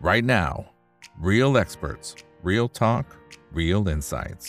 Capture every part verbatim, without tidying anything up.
right now. Real experts, real talk, real insights.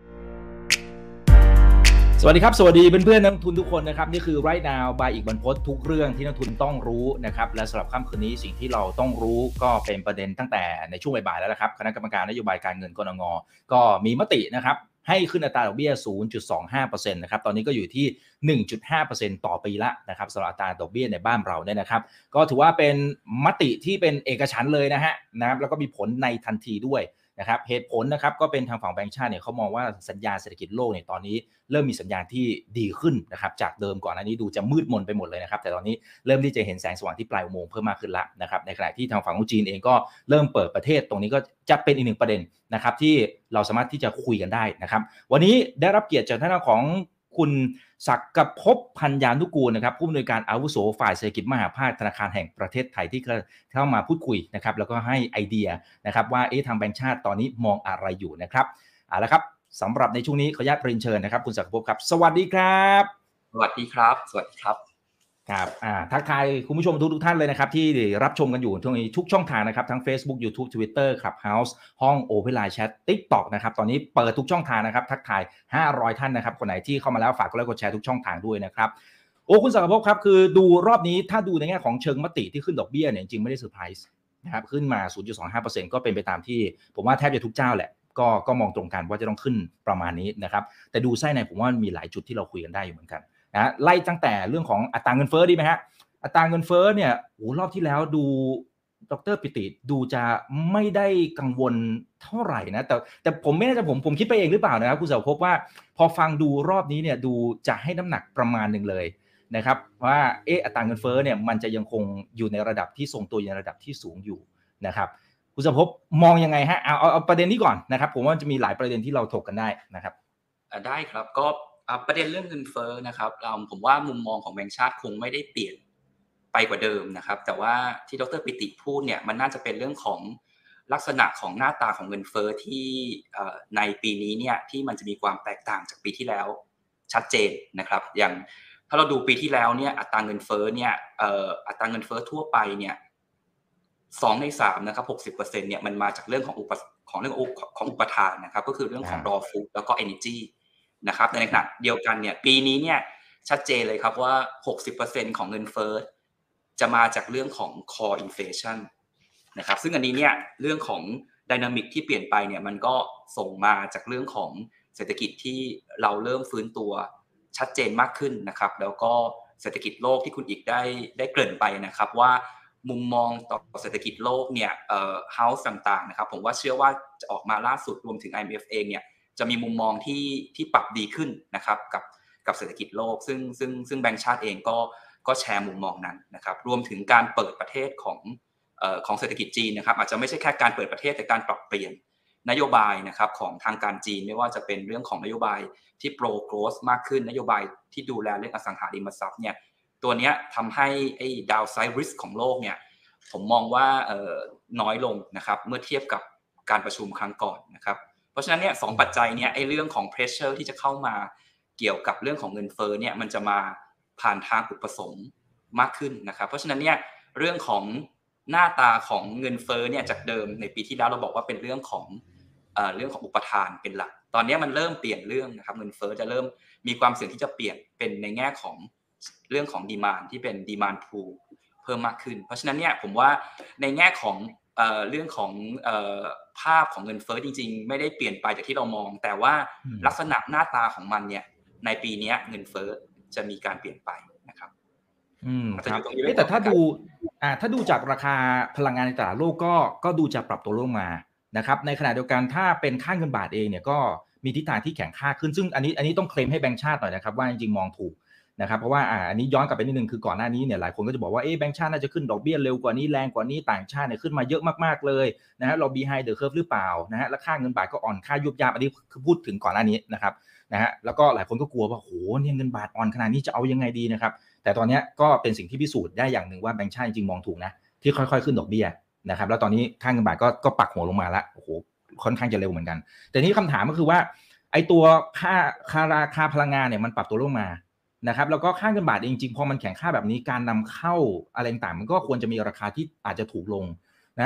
สวัสดีครับสวัสดีเพื่อนๆนักลงทุนทุกคนนะครับนี่คือ Right Now by อีกบรรพตทุกเรื่องที่นักลงทุนต้องรู้นะครับและสำหรับค่ำคืนนี้สิ่งที่เราต้องรู้ก็เป็นประเด็นตั้งแต่ในช่วงบ่ายๆแล้วนะครับคณะกรรมการนโยบายการเงินกนง.ก็มีมตินะครับให้ขึ้นอัตราดอกเบี้ย ศูนย์จุดสองห้าเปอร์เซ็นต์ นะครับตอนนี้ก็อยู่ที่ หนึ่งจุดห้าเปอร์เซ็นต์ ต่อปีละนะครับสำหรับอัตราดอกเบี้ยในบ้านเราเนี่ยนะครับก็ถือว่าเป็นมติที่เป็นเอกฉันท์เลยนะฮะนะครับแล้วก็มีผลในทันทีด้วยนะครับเหตุผลนะครับก็เป็นทางฝั่งแบงก์ชาติเนี่ยเขามองว่าสัญญาณเศรษฐกิจโลกเนี่ยตอนนี้เริ่มมีสัญญาณที่ดีขึ้นนะครับจากเดิมก่อนอันนี้ดูจะมืดมนไปหมดเลยนะครับแต่ตอนนี้เริ่มที่จะเห็นแสงสว่างที่ปลายอุโมงค์เพิ่มมากขึ้นแล้วนะครับในขณะที่ทางฝั่งของจีนเองก็เริ่มเปิดประเทศตรงนี้ก็จะเป็นอีกหนึ่งประเด็นนะครับที่เราสามารถที่จะคุยกันได้นะครับวันนี้ได้รับเกียรติจากท่านของคุณศักดิ์ภพพันยานุกูลนะครับผู้อำนวยการอาวุโสฝ่ายเศรษฐกิจมหาภาคธนาคารแห่งประเทศไทยที่เข้ามาพูดคุยนะครับแล้วก็ให้ไอเดียนะครับว่าเอ๊ะทางแบงก์ชาติตอนนี้มองอะไรอยู่นะครับเอาละครับสำหรับในช่วงนี้ขออนุญาตเรียนเชิญนะครับคุณศักดิ์ภพครับสวัสดีครับสวัสดีครับสวัสดีครับครับอ่าทักทายคุณผู้ชมทุกทุกท่านเลยนะครับที่รับชมกันอยู่ทุกทุกช่องทางนะครับทั้ง Facebook YouTube Twitter Clubhouse ห้อง Open Line Chat TikTok นะครับตอนนี้เปิดทุกช่องทางนะครับทักทายห้าร้อยท่านนะครับคนไหนที่เข้ามาแล้วฝากกดไลค์กดแชร์ทุกช่องทางด้วยนะครับโอ้คุณศักดิ์ภพครับคือดูรอบนี้ถ้าดูในแง่ของเชิงมติที่ขึ้นดอกเบี้ยเนี่ยจริงๆไม่ได้เซอร์ไพรส์นะครับขึ้นมา ศูนย์จุดสองห้าเปอร์เซ็นต์ ก็เป็นไปตามที่ผมว่าแทบจะทุกเจ้าแหละก็ก็มองตรงกันว่าจะต้องขึ้นประมาณนี้นะครับแต่ดูไส้ในผมว่ามีหลายจุดที่เราคุยกันได้อยู่เหมือนกันนะไล่ตั้งแต่เรื่องของอัตราเงินเฟ้อดีไหมฮะอัตราเงินเฟ้อเนี่ยโอ้รอบที่แล้วดูดร.ปิติดูจะไม่ได้กังวลเท่าไหร่นะแต่แต่ผมไม่แน่ใจผมผมคิดไปเองหรือเปล่านะครับคุณศักดิ์ภพว่าพอฟังดูรอบนี้เนี่ยดูจะให้น้ำหนักประมาณหนึ่งเลยนะครับว่าเอออัตราเงินเฟ้อเนี่ยมันจะยังคงอยู่ในระดับที่ทรงตัวในระดับที่สูงอยู่นะครับคุณศักดิ์ภพมองยังไงฮะเอาเอาเอาประเด็นนี้ก่อนนะครับผมว่าจะมีหลายประเด็นที่เราถกกันได้นะครับได้ครับก็ประเด็นเรื่องเงินเฟ้อนะครับผมว่ามุมมองของแบงก์ชาติคงไม่ได้เปลี่ยนไปกว่าเดิมนะครับแต่ว่าที่ดร.ปิติพูดเนี่ยมันน่าจะเป็นเรื่องของลักษณะของหน้าตาของเงินเฟ้อที่ในปีนี้เนี่ยที่มันจะมีความแตกต่างจากปีที่แล้วชัดเจนนะครับอย่างถ้าเราดูปีที่แล้วเนี่ยอัตราเงินเฟ้อเนี่ยอัตราเงินเฟ้อทั่วไปเนี่ยสองในสามนะครับ หกสิบเปอร์เซ็นต์ เนี่ยมันมาจากเรื่องของอุปของเรื่องของอุปทานนะครับก็คือเรื่องของ raw food แล้วก็ energy นะครับในขณะเดียวกันเนี่ยปีนี้เนี่ยชัดเจนเลยครับว่า หกสิบเปอร์เซ็นต์ ของเงินเฟ้อจะมาจากเรื่องของ core inflation นะครับซึ่งอันนี้เนี่ยเรื่องของ dynamic ที่เปลี่ยนไปเนี่ยมันก็ส่งมาจากเรื่องของเศรษฐกิจที่เราเริ่มฟื้นตัวชัดเจนมากขึ้นนะครับแล้วก็เศรษฐกิจโลกที่คุณอีกได้ได้เกริ่นไปนะครับว่ามุมมองต่อเศรษฐกิจโลกเนี่ยเอ่อ house ต่างๆนะครับผมว่าเชื่อว่าจะออกมาล่าสุดรวมถึง ไอ เอ็ม เอฟ เองเนี่ยจะมีมุมมองที่ที่ปรับดีขึ้นนะครับกับกับเศรษฐกิจโลกซึ่งซึ่งซึ่งแบงก์ชาติเองก็ก็แชร์มุมมองนั้นนะครับรวมถึงการเปิดประเทศของเอ่อของเศรษฐกิจจีนนะครับอาจจะไม่ใช่แค่การเปิดประเทศแต่การปรับเปลี่ยนนโยบายนะครับของทางการจีนไม่ว่าจะเป็นเรื่องของนโยบายที่ pro growth มากขึ้นนโยบายที่ดูแลเรื่องอสังหาริมทรัพย์เนี่ยตัวนี้ทำให้ไอ้ downside risk ของโลกเนี่ยผมมองว่าเอ่อน้อยลงนะครับเมื่อเทียบกับการประชุมครั้งก่อนนะครับเพราะฉะนั้นเนี่ยสองปัจจัยเนี่ยไอ้เรื่องของ pressure ที่จะเข้ามาเกี่ยวกับเรื่องของเงินเฟ้อเนี่ยมันจะมาผ่านทางอุปสงค์มากขึ้นนะครับเพราะฉะนั้นเนี่ยเรื่องของหน้าตาของเงินเฟ้อเนี่ยจากเดิมในปีที่แล้วเราบอกว่าเป็นเรื่องของเอ่อเรื่องของอุปทานเป็นหลักตอนนี้มันเริ่มเปลี่ยนเรื่องนะครับเงินเฟ้อจะเริ่มมีความเสี่ยงที่จะเปลี่ยนเป็นในแง่ของเรื่องของ demand ที่เป็น demand pool เพิ่มมากขึ้นเพราะฉะนั้นเนี่ยผมว่าในแง่ของเอ่อเรื่องของเอ่อภาพของเงินเฟ้อจริงๆไม่ได้เปลี่ยนไปจากที่เรามองแต่ว่าลักษณะหน้าตาของมันเนี่ยในปีนี้เงินเฟ้อจะมีการเปลี่ยนไปนะครับอืมครับแต่ถ้าดูอ่าถ้าดูจากราคาพลังงานในตลาดโลกก็ก็ดูจะปรับตัวลงมานะครับในขณะเดียวกันถ้าเป็นค่าเงินบาทเองเนี่ยก็มีทิศทางที่แข็งค่าขึ้นซึ่งอันนี้อันนี้ต้องเคลมให้แบงก์ชาติหน่อยนะครับว่าจริงๆมองถูกนะครับเพราะว่าอ่าอันนี้ย้อนกลับไปนิดนึงคือก่อนหน้านี้เนี่ยหลายคนก็จะบอกว่าเอ๊ะแบงก์ชาติน่าจะขึ้นดอกเบี้ยเร็วกว่านี้แรงกว่านี้ต่างชาติเนี่ยขึ้นมาเยอะมากๆเลยนะฮะเรา behind the curve หรือเปล่านะฮะแล้วค่าเงินบาทก็อ่อนค่ายุบยับอันนี้คือพูดถึงก่อนหน้านี้นะครับนะฮะแล้วก็หลายคนก็กลัวว่าโหเนี่ยเงินบาทอ่อนขนาดนี้จะเอายังไงดีนะครับแต่ตอนนี้ก็เป็นสิ่งที่พิสูจน์ได้อย่างหนึ่งว่าแบงก์ชาติจริงๆมองถูกนะที่ค่อยๆขึ้นดอกเบี้ยนะครับแล้วตอนนี้ค่าเงินบาทก็ก็ปักหัวลงมาแล้วโอ้โหค่อนข้างจะเร็วเหมือนกันแต่นี่คำถามก็คือว่าไอ้ตัวค่าค่าราคาพลังงานเนี่ยมันปรับตัวลงมานะครับแล้วก็ค่าเงินบาทจริงๆพอมันแข็งค่าแบบนี้การนำเข้าอะไรต่างๆมันก็ควรจะมีราคาที่อาจจะถูกลงนะ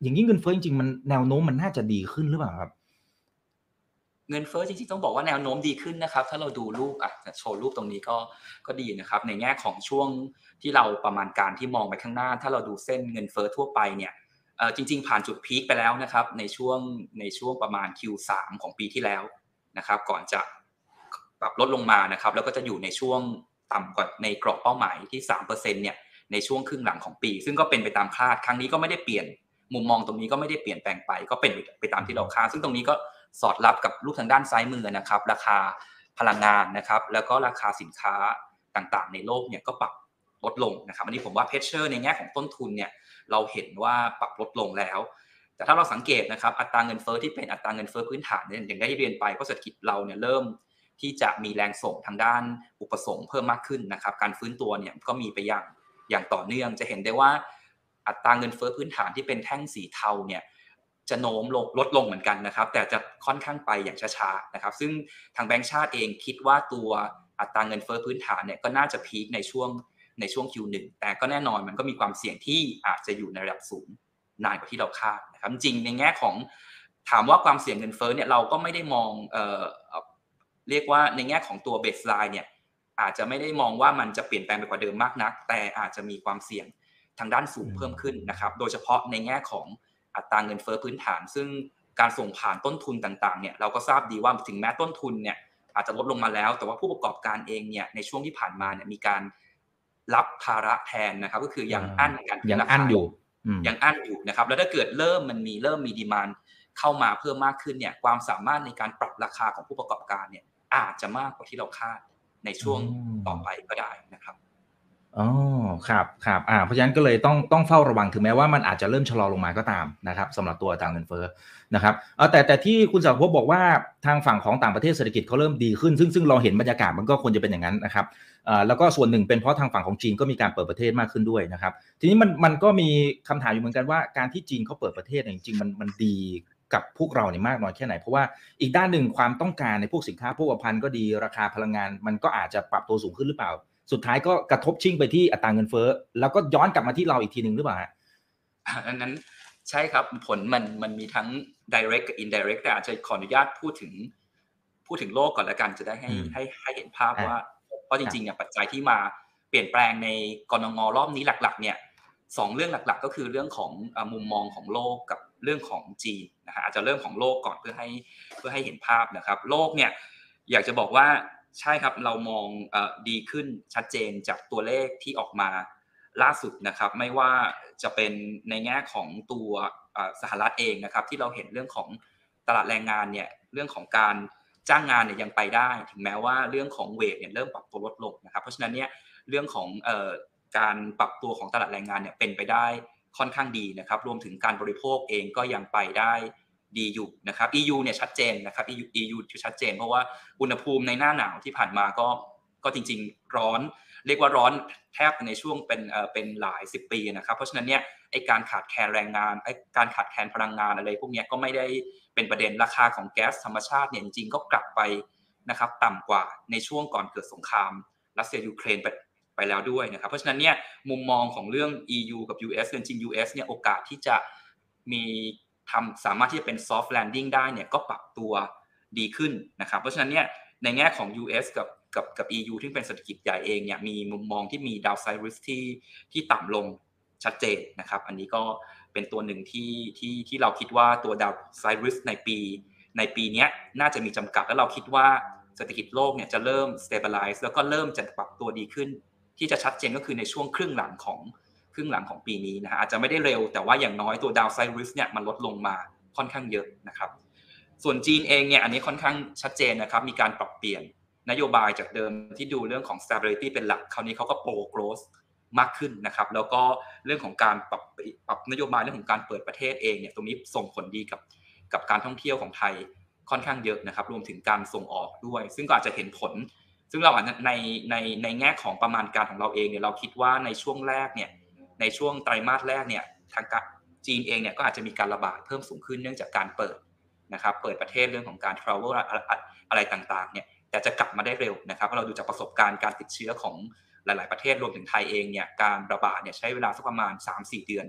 อย่างนี้เงินเฟ้อจริงๆมันแนวโน้มมันน่าจะดีขึ้นหรือเปล่าครับเงินเฟ้อจริงๆต้องบอกว่าแนวโน้มดีขึ้นนะครับถ้าเราดูรูปอ่ะโชว์รูปตรงนี้ก็ก็ดีนะครับในแง่ของช่วงที่เราประมาณการที่มองไปข้างหน้าถ้าเราดูเส้นเงินเฟ้อทั่วไปเนี่ยเอ่อจริงๆผ่านจุดพีคไปแล้วนะครับในช่วงในช่วงประมาณ คิว สาม ของปีที่แล้วนะครับก่อนจะปรับลดลงมานะครับแล้วก็จะอยู่ในช่วงต่ำกว่าในกรอบเป้าหมายที่ สามเปอร์เซ็นต์ เนี่ยในช่วงครึ่งหลังของปีซึ่งก็เป็นไปตามคาดครั้งนี้ก็ไม่ได้เปลี่ยนมุมมองตรงนี้ก็ไม่ได้เปลี่ยนแปลงไปก็เป็นไปตามที่เราคาดซึ่งตรงนี้ก็สอดรับกับรูปทางด้านซ้ายมือนะครับราคาพลังงานนะครับแล้วก็ราคาสินค้าต่างๆในโลกเนี่ยก็ปรับลดลงนะครับอันนี้ผมว่าเพชเชอร์ในแง่ของต้นทุนเนี่ยเราเห็นว่าปรับลดลงแล้วแต่ถ้าเราสังเกตนะครับอัตราเงินเฟ้อที่เป็นอัตราเงินเฟ้อพื้นฐานเนี่ยอย่างได้เรียนไปเพราะเศรษฐกิจเราเนี่ยเริ่มที่จะมีแรงส่งทางด้านอุปสงค์เพิ่มมากขึ้นนะครับการฟื้นตัวเนี่ยก็มีไปอย่างอย่างต่อเนื่องจะเห็นได้ว่าอัตราเงินเฟ้อพื้นฐานที่เป็นแท่งสีเทาเนี่ยจะโน้มลงลดลงเหมือนกันนะครับแต่จะค่อนข้างไปอย่างช้าๆนะครับซึ่งทางแบงก์ชาติเองคิดว่าตัวอัตราเงินเฟ้อพื้นฐานเนี่ยก็น่าจะพีคในช่วงในช่วง คิว หนึ่ง แต่ก็แน่นอนมันก็มีความเสี่ยงที่อาจจะอยู่ในระดับสูงนานกว่าที่เราคาดนะครับจริงในแง่ของถามว่าความเสี่ยงเงินเฟ้อเนี่ยเราก็ไม่ได้มองเอ่อเรียกว่าในแง่ของตัวเบสไลน์เนี่ยอาจจะไม่ได้มองว่ามันจะเปลี่ยนแปลงไปกว่าเดิมมากนักแต่อาจจะมีความเสี่ยงทางด้านสูงเพิ่มขึ้นนะครับโดยเฉพาะในแง่ของอัตราเงินเฟ้อพื้นฐานซึ่งการส่งผ่านต้นทุนต่างๆเนี่ยเราก็ทราบดีว่าถึงแม้ต้นทุนเนี่ยอาจจะลดลงมาแล้วแต่ว่าผู้ประกอบการเองเนี่ยในช่วงที่ผ่านมาเนี่ยมีการรับภาระแทนนะครับก็คือยังอั้นกันยังอั้นอยู่ยังอั้นอยู่นะครับแล้วถ้าเกิดเริ่มมันมีเริ่มมีดีมานด์เข้ามาเพิ่มมากขึ้นเนี่ยความสามารถในการปรับราคาของผู้ประกอบการเนี่ยอาจจะมากกว่าที่เราคาดในช่วงต่อไปก็ได้นะครับอ๋อครับครับอ่าเพราะฉะนั้นก็เลยต้องต้องเฝ้าระวังถึงแม้ว่ามันอาจจะเริ่มชะลอลงมาก็ตามนะครับสำหรับตัวอัตราเงินเฟ้อนะครับเออแต่แต่ที่คุณศักดิ์ภพบอกว่าทางฝั่งของต่างประเทศเศรษฐกิจเขาเริ่มดีขึ้นซึ่งซึ่งเราเห็นบรรยากาศมันก็ควรจะเป็นอย่างนั้นนะครับอ่าแล้วก็ส่วนหนึ่งเป็นเพราะทางฝั่งของจีนก็มีการเปิดประเทศมากขึ้นด้วยนะครับทีนี้มันมันก็มีคำถามอยู่เหมือนกันว่าการที่จีนเขาเปิดประเทศจริงๆมันมันดีกับพวกเราเนี่ยมากน้อยแค่ไหนเพราะว่าอีกด้านหนึ่งความต้องการในพวกสินค้าโภคภัณฑ์ก็ดีราคาพลังงานมันก็อาจจะปรับตัวสูงขึ้นหรือเปล่าสุดท้ายก็กระทบชิ่งไปที่อัตราเงินเฟ้อแล้วก็ย้อนกลับมาที่เราอีกทีนึงหรือเปล่าฮะอันนั้นใช่ครับผลมันมันมีทั้ง direct กับ indirect แต่อาจจะขออนุญาตพูดถึงพูดถึงโลกก่อนละกันจะได้ให้ให้ให้เห็นภาพว่าเพราะจริงๆเนี่ยปัจจัยที่มาเปลี่ยนแปลงในกนงรอบนี้หลักๆเนี่ยสองเรื่องหลักๆก็คือเรื่องของมุมมองของโลกกับเรื่องของจีนนะฮะอาจจะเริ่มของโลกก่อนเพื่อให้เพื่อให้เห็นภาพนะครับโลกเนี่ยอยากจะบอกว่าใช่ครับเรามองเอ่อดีขึ้นชัดเจนจากตัวเลขที่ออกมาล่าสุดนะครับไม่ว่าจะเป็นในแง่ของตัวสหรัฐเองนะครับที่เราเห็นเรื่องของตลาดแรงงานเนี่ยเรื่องของการจ้างงานเนี่ยยังไปได้ถึงแม้ว่าเรื่องของเวจเนี่ยเริ่มปรับตัวลดลงนะครับเพราะฉะนั้นเนี่ยเรื่องของเอ่อการปรับตัวของตลาดแรงงานเนี่ยเป็นไปได้ค่อนข้างดีนะครับรวมถึงการบริโภคเองก็ยังไปได้ดีอยู่นะครับ อี ยู เนี่ยชัดเจนนะครับ อี ยู อี ยู ชัดเจนเพราะว่าอุณหภูมิในหน้าหนาวที่ผ่านมาก็ก็จริงๆร้อนเรียกว่าร้อนแทบในช่วงเป็นเอ่อเป็นหลายสิบปีนะครับเพราะฉะนั้นเนี่ยไอ้การขาดแคลนแรงงานไอ้การขาดแคลนพลังงานอะไรพวกนี้ก็ไม่ได้เป็นประเด็นราคาของแก๊สธรรมชาติเนี่ยจริงๆก็กลับไปนะครับต่ำกว่าในช่วงก่อนเกิดสงครามรัสเซียยูเครนไปไปแล้วด้วยนะครับเพราะฉะนั้นเนี่ยมุมมองของเรื่อง อี ยู กับ ยู เอส จริงๆ ยู เอส เนี่ยโอกาสที่จะมีทำสามารถที่จะเป็น soft landing ได้เนี่ยก็ปรับตัวดีขึ้นนะครับเพราะฉะนั้นเนี่ยในแง่ของ ยู เอส กับกับกับ อี ยู ที่เป็นเศรษฐกิจใหญ่เองเนี่ยมีมุมมองที่มี downside risk ที่ที่ต่ำลงชัดเจนนะครับอันนี้ก็เป็นตัวหนึ่งที่ที่ที่เราคิดว่าตัว downside risk ในปีในปีนี้น่าจะมีจำกัดแล้วเราคิดว่าเศรษฐกิจโลกเนี่ยจะเริ่ม stabilize แล้วก็เริ่มจะปรับตัวดีขึ้นที่จะชัดเจนก็คือในช่วงครึ่งหลังของครึ่งหลังของปีนี้นะฮะอาจจะไม่ได้เร็วแต่ว่าอย่างน้อยตัว downside risk เนี่ยมันลดลงมาค่อนข้างเยอะนะครับส่วนจีนเองเนี่ยอันนี้ค่อนข้างชัดเจนนะครับมีการปรับเปลี่ยนนโยบายจากเดิมที่ดูเรื่องของ stability เป็นหลักคราวนี้เขาก็ pro growth มากขึ้นนะครับแล้วก็เรื่องของการปรับปรับนโยบายเรื่องของการเปิดประเทศเองเนี่ยตรงนี้ส่งผลดีกับกับการท่องเที่ยวของไทยค่อนข้างเยอะนะครับรวมถึงการส่งออกด้วยซึ่งก็อาจจะเห็นผลซึ่งเราอาจจะในในในแง่ของประมาณการของเราเองเนี่ยเราคิดว่าในช่วงแรกเนี่ยในช่วงไตรมาสแรกเนี่ยทางจีนเองเนี่ยก็อาจจะมีการระบาดเพิ่มสูงขึ้นเนื่องจากการเปิดนะครับเปิดประเทศเรื่องของการ travel อะไรต่างๆเนี่ยแต่จะกลับมาได้เร็วนะครับเราดูจากประสบการณ์การติดเชื้อของหลายๆประเทศรวมถึงไทยเองเนี่ยการระบาดเนี่ยใช้เวลาสักประมาณ สามถึงสี่ เดือน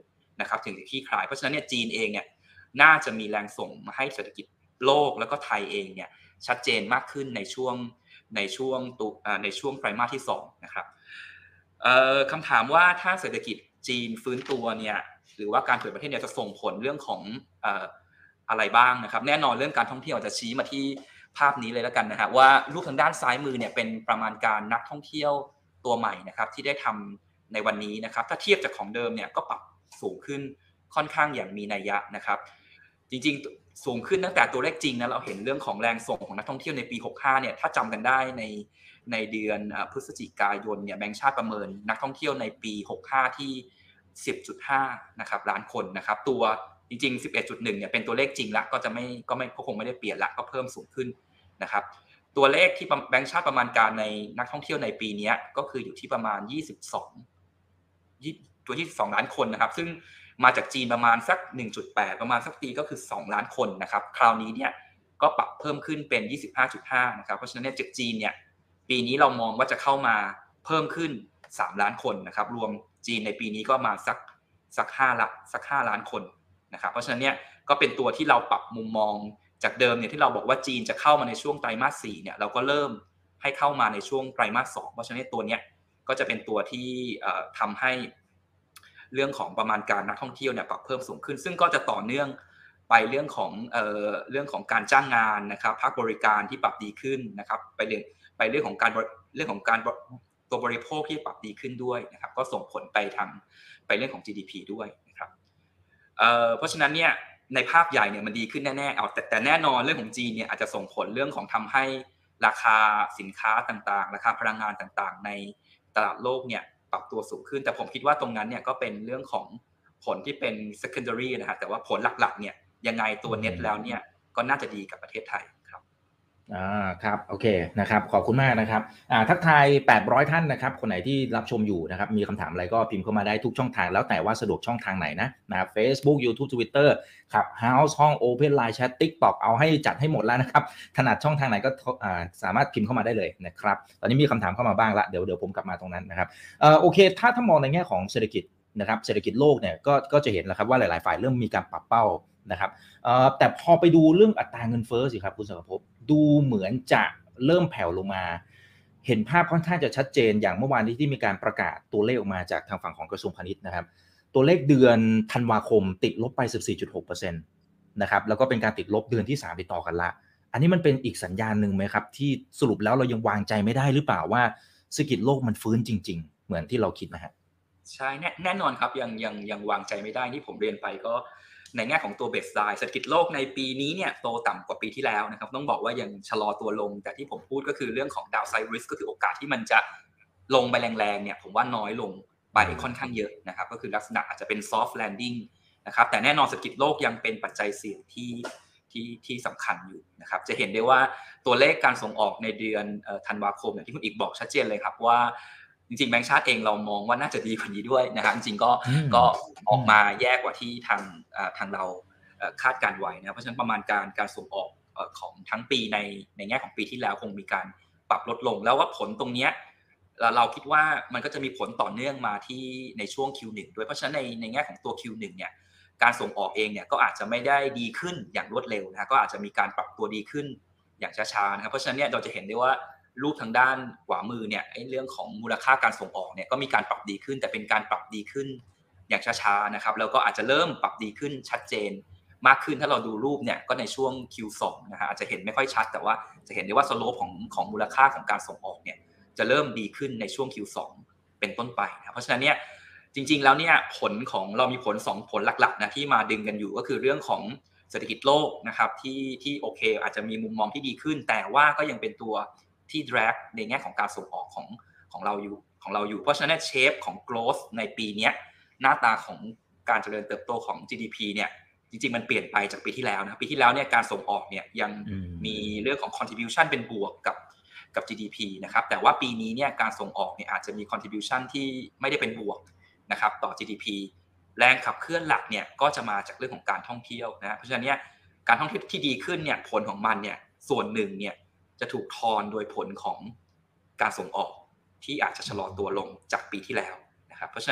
นะครับถึงจะคลี่คลายเพราะฉะนั้นเนี่ยจีนเองเนี่ยน่าจะมีแรงส่งมาให้เศรษฐกิจโลกแล้วก็ไทยเองเนี่ยชัดเจนมากขึ้นในช่วงในช่วงตุในช่วงไตรมาสที่สองนะครับคำถามว่าถ้าเศรษฐกิจจีนฟื้นตัวเนี่ยหรือว่าการเปิดประเทศเนี่ยจะส่งผลเรื่องของเอ่ออะไรบ้างนะครับแน่นอนเรื่องการท่องเที่ยวจะชี้มาที่ภาพนี้เลยแล้วกันนะครับว่ารูปทางด้านซ้ายมือเนี่ยเป็นประมาณการนักท่องเที่ยวตัวใหม่นะครับที่ได้ทำในวันนี้นะครับถ้าเทียบจากของเดิมเนี่ยก็ปรับสูงขึ้นค่อนข้างอย่างมีนัยยะนะครับจริงๆสูงขึ้นตั้งแต่ตัวเลขจริงนะเราเห็นเรื่องของแรงส่งของนักท่องเที่ยวในปีหกสิบห้าเนี่ยถ้าจำกันได้ในในเดือนพฤศจิกายนเนี่ยแบงก์ชาติประเมินนักท่องเที่ยวในปีหกสิบห้าที่ สิบจุดห้า นะครับล้านคนนะครับตัวจริงๆ สิบเอ็ดจุดหนึ่ง เนี่ยเป็นตัวเลขจริงละก็จะไม่ก็ไม่คงไม่ได้เปลี่ยนละก็เพิ่มสูงขึ้นนะครับตัวเลขที่แบงก์ชาติประมาณการในนักท่องเที่ยวในปีนี้ก็คืออยู่ที่ประมาณยี่สิบสองตัวยี่สิบสองล้านคนนะครับซึ่งมาจากจีนประมาณสัก หนึ่งจุดแปด ประมาณสักปีก็คือสองล้านคนนะครับคราวนี้เนี่ยก็ปรับเพิ่มขึ้นเป็น ยี่สิบห้าจุดห้า นะครับเพราะฉะนั้นเนี่ยจากจีนเนี่ยปีนี้เรามองว่าจะเข้ามาเพิ่มขึ้นสามล้านคนนะครับรวมจีนในปีนี้ก็มาสักสักห้าละสักห้าล้านคนนะครับเพราะฉะนั้นเนี่ยก็เป็นตัวที่เราปรับมุมมองจากเดิมเนี่ยที่เราบอกว่าจีนจะเข้ามาในช่วงไตรมาสสี่เนี่ยเราก็เริ่มให้เข้ามาในช่วงไตรมาสสองเพราะฉะนั้นตัวเนี้ยก็จะเป็นตัวที่ทำให้เรื่องของประมาณการนักท่องเที่ยวเนี่ยปรับเพิ่มสูงขึ้นซึ่งก็จะต่อเนื่องไปเรื่องของเอ่อเรื่องของการจ้างงานนะครับภาคบริการที่ปรับดีขึ้นนะครับไปเรื่องไปเรื่องของการเรื่องของการตัวบริโภคที่ปรับดีขึ้นด้วยนะครับก็ส่งผลไปทางไปเรื่องของ จี ดี พี ด้วยนะครับเอ่อเพราะฉะนั้นเนี่ยในภาพใหญ่เนี่ยมันดีขึ้นแน่ๆเอาแต่แต่แน่นอนเรื่องของจีนเนี่ยอาจจะส่งผลเรื่องของทำให้ราคาสินค้าต่างๆราคาพลังงานต่างๆในตลาดโลกเนี่ยปรับตัวสูงขึ้นแต่ผมคิดว่าตรงนั้นเนี่ยก็เป็นเรื่องของผลที่เป็น secondary นะฮะแต่ว่าผลหลักๆเนี่ยยังไงตัว net แล้วเนี่ยก็น่าจะดีกับประเทศไทยครับอ่าครับโอเคนะครับขอบคุณมากนะครับอ่าทักทายแปดร้อยท่านนะครับคนไหนที่รับชมอยู่นะครับมีคำถามอะไรก็พิมพ์เข้ามาได้ทุกช่องทางแล้วแต่ว่าสะดวกช่องทางไหนนะนะครับ Facebook YouTube Twitter ครับ House ห้อง Open Line Chat TikTok เอาให้จัดให้หมดแล้วนะครับถนัดช่องทางไหนก็อ่าสามารถพิมพ์เข้ามาได้เลยนะครับตอนนี้มีคำถามเข้ามาบ้างละเดี๋ยวเดี๋ยวผมกลับมาตรงนั้นนะครับเอ่อโอเคถ้าถ้ามองในแง่ของเศรษฐกิจนะครับเศรษฐกิจโลกเนี่ยก็ก็จะเห็นแล้วครับว่าหลายๆฝ่ายเริ่มมีการปรับเป้านะครับเอ่อแต่พอไปดูเรื่องอัตราเงินเฟ้อสิครับคุณสังคภพดูเหมือนจะเริ่มแผ่วลงมาเห็นภาพค่อนข้างจะชัดเจนอย่างเมื่อวานนี้ที่มีการประกาศตัวเลขออกมาจากทางฝั่งของกระทรวงพาณิชย์นะครับตัวเลขเดือนธันวาคมติดลบไป สิบสี่จุดหกเปอร์เซ็นต์ นะครับแล้วก็เป็นการติดลบเดือนที่สามติดต่อกันละอันนี้มันเป็นอีกสัญญาณนึงไหมครับที่สรุปแล้วเรายังวางใจไม่ได้หรือเปล่าว่าเศรษฐกิจโลกมันฟื้นจริงๆเหมือนที่เราคิดนะฮะใช่แน่นอนครับยังยังยังวางใจไม่ได้ที่ผมเรียนไปก็ในแง่ของตัวเบสไลน์เศรษฐกิจโลกในปีนี้เนี่ยโตต่ำกว่าปีที่แล้วนะครับต้องบอกว่ายังชะลอตัวลงแต่ที่ผมพูดก็คือเรื่องของ downside risk ก็คือโอกาสที่มันจะลงไปแรงๆเนี่ยผมว่าน้อยลงไปค่อนข้างเยอะนะครับก็คือลักษณะอาจจะเป็น soft landing นะครับแต่แน่นอนเศรษฐกิจโลกยังเป็นปัจจัยเสี่ยงที่ที่ที่สำคัญอยู่นะครับจะเห็นได้ว่าตัวเลขการส่งออกในเดือนธันวาคมอย่างที่คุณอีกบอกชัดเจนเลยครับว่าจริงๆแบงก์ชาติเองเรามองว่าน่าจะดีกว่านี้ด้วยนะครับจริงๆก็ก็ออกมาแย่กว่าที่ทางทางเราคาดการไว้นะเพราะฉะนั้นประมาณการการส่งออกของทั้งปีในในแง่ของปีที่แล้วคงมีการปรับลดลงแล้วว่าผลตรงนี้เราคิดว่ามันก็จะมีผลต่อเนื่องมาที่ในช่วง คิว หนึ่ง ด้วยเพราะฉะนั้นในในแง่ของตัว คิว หนึ่ง เนี่ยการส่งออกเองเนี่ยก็อาจจะไม่ได้ดีขึ้นอย่างรวดเร็วนะก็อาจจะมีการปรับตัวดีขึ้นอย่างช้าๆนะครับเพราะฉะนั้นเนี่ยเราจะเห็นได้ว่ารูปทางด้านขวามือเนี่ยไอ้เรื่องของมูลค่าการส่งออกเนี่ยก็มีการปรับดีขึ้นแต่เป็นการปรับดีขึ้นอย่างช้าๆนะครับแล้วก็อาจจะเริ่มปรับดีขึ้นชัดเจนมากขึ้นถ้าเราดูรูปเนี่ยก็ในช่วง คิว สอง นะฮะอาจจะเห็นไม่ค่อยชัดแต่ว่าจะเห็นได้ว่าสโลปของของมูลค่าของการส่งออกเนี่ยจะเริ่มดีขึ้นในช่วง คิว สอง เป็นต้นไปนะเพราะฉะนั้นเนี่ยจริงๆแล้วเนี่ยผลของเรามีผลสองผลหลักๆนะที่มาดึงกันอยู่ก็คือเรื่องของเศรษฐกิจโลกนะครับที่ที่โอเคอาจจะมีมุมมองที่ดีขึ้นแต่ว่าก็ยังเป็นตัวที่ drag ในแง่ของการส่งออกของของเราอยู่ของเราอยู่เพราะฉะนั้นเชฟของ growth ในปีนี้หน้าตาของการเจริญเติบโตของ จี ดี พี เนี่ยจริงๆมันเปลี่ยนไปจากปีที่แล้วนะปีที่แล้วเนี่ยการส่งออกเนี่ยยังมีเรื่องของ contribution เป็นบวกกับกับ จี ดี พี นะครับแต่ว่าปีนี้เนี่ยการส่งออกเนี่ยอาจจะมี contribution ที่ไม่ได้เป็นบวกนะครับต่อ จี ดี พี แรงขับเคลื่อนหลักเนี่ยก็จะมาจากเรื่องของการท่องเที่ยวนะเพราะฉะนั้นเนี่ยการท่องเที่ยวที่ดีขึ้นเนี่ยผลของมันเนี่ยส่วนหนึ่งเนี่ยจะถูกทอนโดยผลของการส่งออกที่อาจจะชะลอตัวลงจากปีที่แล้วนะครับเพราะฉะนั้นเนี่ย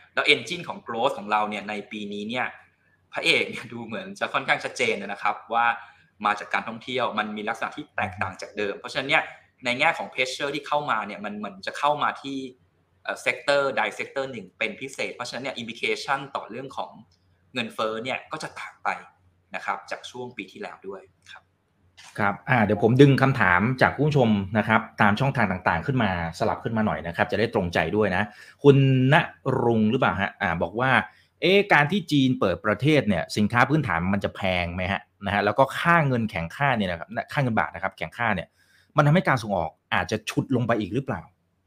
แล้ว engine ของ growth ของเราเนี่ยในปีนี้เนี่ยพระเอกเนี่ยดูเหมือนจะค่อนข้างชัดเจนนะครับว่ามาจากการท่องเที่ยวมันมีลักษณะที่แตกต่างจากเดิมเพราะฉะนั้นเนี่ยในแง่ของ pressure ที่เข้ามาเนี่ยมันเหมือนจะเข้ามาที่เอ่อ sector ใด sector หนึ่งเป็นพิเศษเพราะฉะนั้นเนี่ย implication ต่อเรื่องของเงินเฟ้อเนี่ยก็จะต่างไปนะครับจากช่วงปีที่แล้วด้วยครับครับอ่าเดี๋ยวผมดึงคำถามจากผู้ชมนะครับตามช่องทางต่างๆขึ้นมาสลับขึ้นมาหน่อยนะครับจะได้ตรงใจด้วยนะคุณณรุงหรือเปล่าฮะอ่าบอกว่าเอ๊ะการที่จีนเปิดประเทศเนี่ยสินค้าพื้นฐานมันจะแพงไหมฮะนะฮะแล้วก็ค่าเงินแข็งค่าเนี่ยนะครับค่าเงินบาทนะครับแข็งค่าเนี่ยมันทำให้การส่งออกอาจจะฉุดลงไปอีกหรือเปล่า